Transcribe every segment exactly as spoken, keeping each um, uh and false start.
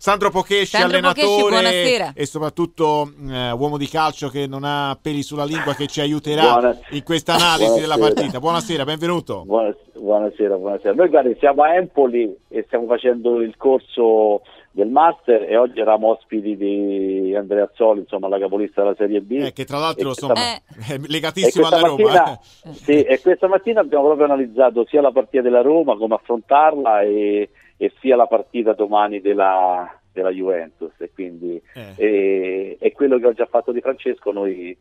Sandro Pocchesci, Sandro allenatore Pocchesci, buonasera. e soprattutto eh, uomo di calcio che non ha peli sulla lingua, che ci aiuterà Buonasera. in questa analisi Buonasera. della partita. Buonasera, benvenuto. Buonasera, buonasera, buonasera. Noi guardi, siamo a Empoli e stiamo facendo il corso del master e oggi eravamo ospiti di Andrea Azzoli, insomma la capolista della Serie B. Eh, che tra l'altro E insomma, questa- è legatissimo alla Roma. mattina, eh. sì, e questa mattina abbiamo proprio analizzato sia la partita della Roma, come affrontarla, e, e sia la partita domani della, della Juventus. E quindi Eh. e, e quello che ho già fatto di Francesco noi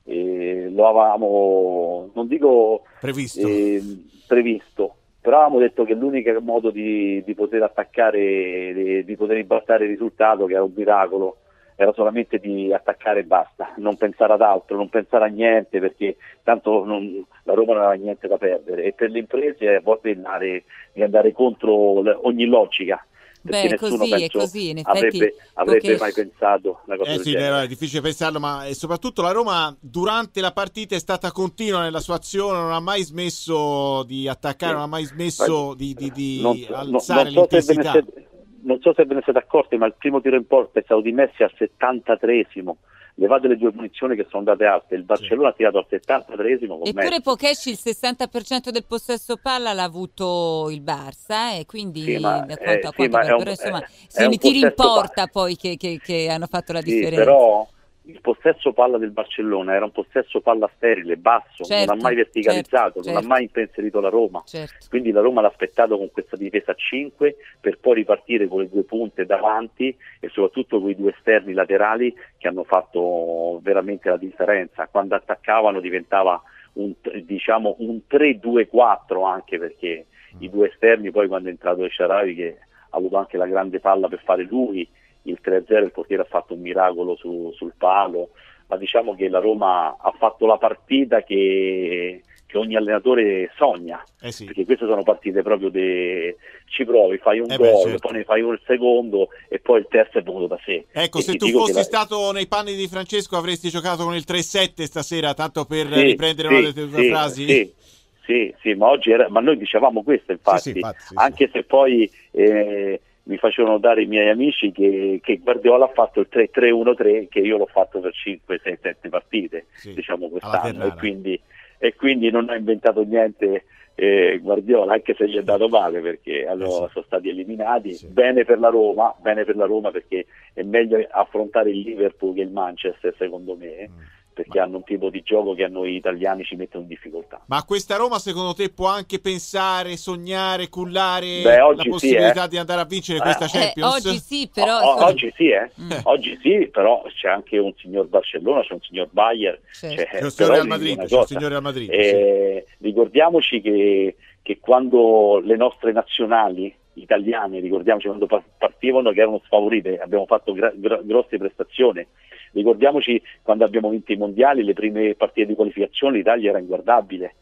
eh, lo avevamo, non dico Previsto. eh, previsto, però avevamo detto che l'unico modo di, di poter attaccare, di, di poter imbastare il risultato, che era un miracolo, era solamente di attaccare e basta, non pensare ad altro, non pensare a niente, perché tanto non, la Roma non aveva niente da perdere, e per le imprese a volte andare, di andare contro l- ogni logica, perché Beh, nessuno così, è penso così, in effetti, avrebbe, avrebbe Pocchesci- mai pensato una cosa Eh del sì, genere. è difficile pensarlo, ma e soprattutto la Roma durante la partita è stata continua nella sua azione, non ha mai smesso di attaccare, Sì. non ha mai smesso Ma- di, di, di non so- no- alzare non so se ve ne l'intensità. siete- non so se ve ne siete accorti, ma il primo tiro in porta è stato di Messi al settantatreesimo, levate le due punizioni che sono andate alte, il Barcellona ha tirato al settantatreesimo con Eppure Messi. Pocchesci il sessanta per cento del possesso palla l'ha avuto il Barça, e quindi Sì, ma- da eh, quanto a sì, quanto ma per- è un- però insomma è- è sono un i tiri in possesso porta pa- poi che, che- che hanno fatto la Sì, differenza. però il possesso palla del Barcellona era un possesso palla sterile, basso, Certo, non ha mai verticalizzato, certo, non ha certo. mai impensierito la Roma. Certo. Quindi la Roma l'ha aspettato con questa difesa a cinque per poi ripartire con le due punte davanti e soprattutto con i due esterni laterali che hanno fatto veramente la differenza. Quando attaccavano diventava un, diciamo, un tre due quattro, anche perché i due esterni, poi quando è entrato El Shaarawy, che ha avuto anche la grande palla per fare lui il tre a zero, il portiere ha fatto un miracolo su, sul palo, ma diciamo che la Roma ha fatto la partita che, che ogni allenatore sogna, Eh sì. perché queste sono partite proprio de... ci provi, fai un Eh beh, gol, certo. poi ne fai un secondo e poi il terzo è venuto da sé. Ecco, E se ti tu dico fossi che la- stato nei panni di Francesco avresti giocato con il tre sette stasera, tanto per Sì, riprendere sì, una delle tue sì, frasi? Sì, sì, sì, ma oggi era, ma noi dicevamo questo, infatti, Sì, sì, infatti, sì, anche se poi eh, mi facevano notare i miei amici che, che Guardiola ha fatto il tre tre uno tre, che io l'ho fatto per cinque sei sette partite, Sì, diciamo alla quest'anno, e Ferrara. quindi, e quindi non ha inventato niente eh, Guardiola, anche se gli è dato male, perché allora Eh sì. sono stati eliminati. Sì. Bene per la Roma, bene per la Roma, perché è meglio affrontare il Liverpool che il Manchester, secondo me, Mm. perché Ma- hanno un tipo di gioco che a noi italiani ci mette in difficoltà. Ma questa Roma secondo te può anche pensare, sognare, cullare Beh, oggi la sì, possibilità eh. di andare a vincere Eh, questa Eh, Champions? oggi sì, però O- insomma, oggi sì, eh. Mm. Oggi sì, però c'è anche un signor Barcellona, c'è un signor Bayern, Certo. c'è, C'è il signor però Real vi dico Madrid, una c'è il cosa, signor Real Madrid, eh, ricordiamoci che, che quando le nostre nazionali italiane, ricordiamoci quando pa- partivano che erano sfavorite, abbiamo fatto gra- gra- grosse prestazioni. Ricordiamoci quando abbiamo vinto i mondiali, le prime partite di qualificazione, l'Italia era inguardabile.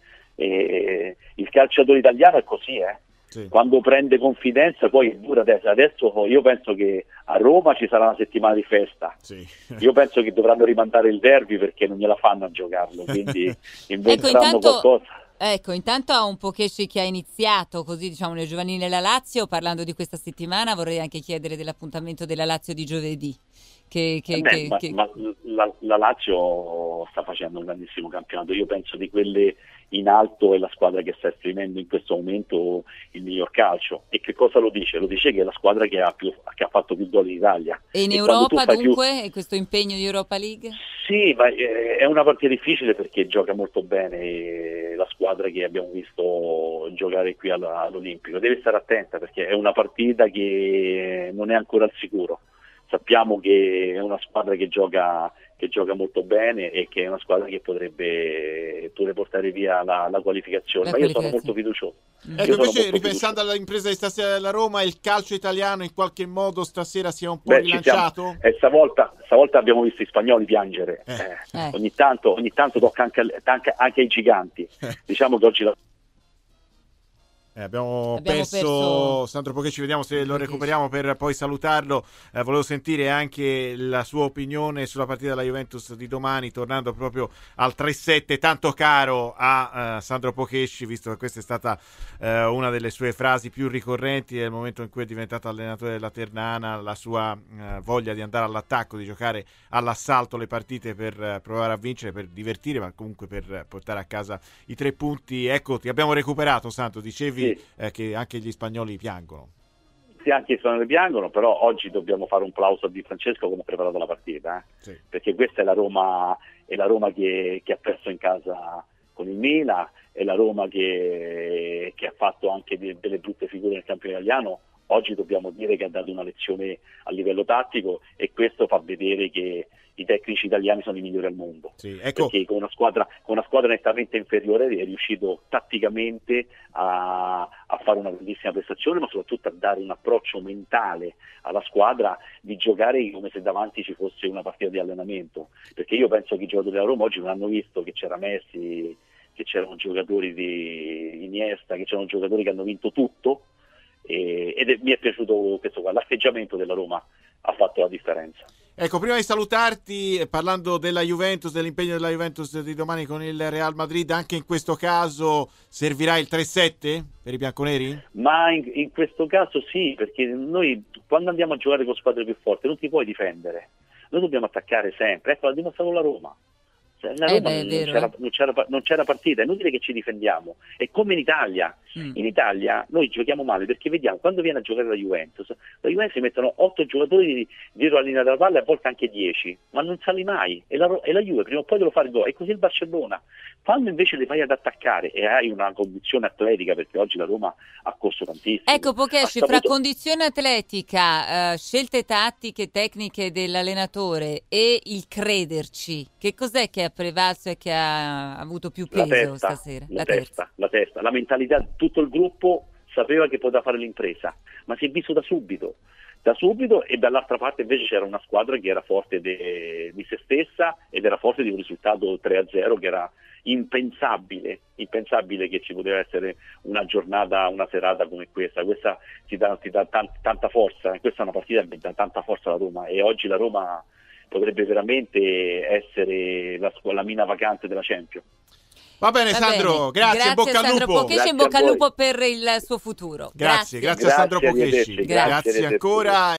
E il calciatore italiano è così, eh. Sì. Quando prende confidenza poi è dura adesso. Adesso io penso che a Roma ci sarà una settimana di festa. Sì. Io penso che dovranno rimandare il derby perché non gliela fanno a giocarlo, quindi ecco, inventeranno intanto, qualcosa. ecco, intanto ha un Pocchesci che ha iniziato così, diciamo, nel giovanile della Lazio. Parlando di questa settimana, vorrei anche chiedere dell'appuntamento della Lazio di giovedì. Che, che, Eh beh, che, ma, che... ma la, la Lazio sta facendo un grandissimo campionato. Io penso di quelle in alto è la squadra che sta esprimendo in questo momento il miglior calcio. E che cosa lo dice? Lo dice che è la squadra che ha, più, che ha fatto più gol in Italia. E in E quando tu Europa fai più- dunque, e questo impegno di Europa League? Sì, ma eh, è una partita difficile perché gioca molto bene eh, la squadra che abbiamo visto giocare qui alla- all'Olimpico. Deve stare attenta perché è una partita che non è ancora al sicuro. Sappiamo che è una squadra che gioca, che gioca molto bene e che è una squadra che potrebbe, potrebbe portare via la, la qualificazione, La ma io sono qualificazione. molto fiducioso. Mm. Ecco, Io sono invece molto ripensando all'impresa di stasera della Roma, il calcio italiano in qualche modo stasera si è un po' Beh, ci siamo- rilanciato? e stavolta, stavolta abbiamo visto gli spagnoli piangere. Eh. Eh, Eh. Ogni tanto, ogni tanto tocca anche, al- anche, anche ai giganti. Diciamo che oggi la Eh, abbiamo, Abbiamo perso, perso Sandro Pochetci, vediamo se lo Pochetci. recuperiamo per poi salutarlo. Eh, volevo sentire anche la sua opinione sulla partita della Juventus di domani, tornando proprio al tre sette tanto caro a uh, Sandro Pochetci, visto che questa è stata uh, una delle sue frasi più ricorrenti nel momento in cui è diventato allenatore della Ternana, la sua uh, voglia di andare all'attacco, di giocare all'assalto le partite per uh, provare a vincere, per divertire, ma comunque per uh, portare a casa i tre punti. Ecco, ti abbiamo recuperato, Santo, dicevi Sì. Eh, che anche gli spagnoli piangono. Sì, anche gli spagnoli piangono, però oggi dobbiamo fare un plauso a Di Francesco come ha preparato la partita, eh? Sì. Perché questa è la Roma, è la Roma che, che ha perso in casa con il Milan, è la Roma che, che ha fatto anche de, delle brutte figure nel campionato italiano. Oggi dobbiamo dire che ha dato una lezione a livello tattico, e questo fa vedere che i tecnici italiani sono i migliori al mondo. Sì, ecco. Perché con una squadra, con una squadra nettamente inferiore è riuscito tatticamente a, a fare una grandissima prestazione, ma soprattutto a dare un approccio mentale alla squadra di giocare come se davanti ci fosse una partita di allenamento. Perché io penso che i giocatori della Roma oggi non hanno visto che c'era Messi, che c'erano giocatori di Iniesta, che c'erano giocatori che hanno vinto tutto, e, ed è, mi è piaciuto questo qua, l'atteggiamento della Roma ha fatto la differenza. Ecco, prima di salutarti, parlando della Juventus, dell'impegno della Juventus di domani con il Real Madrid, anche in questo caso servirà il tre sette per i bianconeri? Ma in, in questo caso sì, perché noi quando andiamo a giocare con squadre più forti non ti puoi difendere, noi dobbiamo attaccare sempre. Ecco, l'ha dimostrato la Roma. La Roma eh beh, non, vero, c'era, eh. non, c'era, non c'era partita, è inutile che ci difendiamo. È come in Italia. Mm. In Italia noi giochiamo male perché vediamo quando viene a giocare la Juventus, la Juventus mettono otto giocatori dietro la linea della palla e a volte anche dieci, ma non sali mai. E la, e la Juve prima o poi te lo fa il gol. E così il Barcellona. Quando invece le fai ad attaccare e hai una condizione atletica, perché oggi la Roma ha corso tantissimo. Ecco, Pochetci, ha fra saputo... condizione atletica, eh, scelte tattiche, tecniche dell'allenatore e il crederci, che cos'è che ha prevalso e che ha avuto più La peso testa, stasera? la, la testa, la testa, la mentalità, tutto il gruppo sapeva che poteva fare l'impresa, ma si è visto da subito, da subito, e dall'altra parte invece c'era una squadra che era forte de, di se stessa ed era forte di un risultato tre a zero che era impensabile, impensabile che ci poteva essere una giornata, una serata come questa. Questa ti dà, ti dà tant, tanta forza, questa è una partita che dà tanta forza alla Roma, e oggi la Roma potrebbe veramente essere la, la mina vacante della Champions. Va bene, Va Sandro, bene. grazie, grazie in bocca al Sandro lupo. Pochetci, in Grazie bocca a al voi. lupo per il suo futuro. Grazie, grazie, Grazie, a Sandro arrivederci. Pochetci. Grazie, Grazie arrivederci. ancora.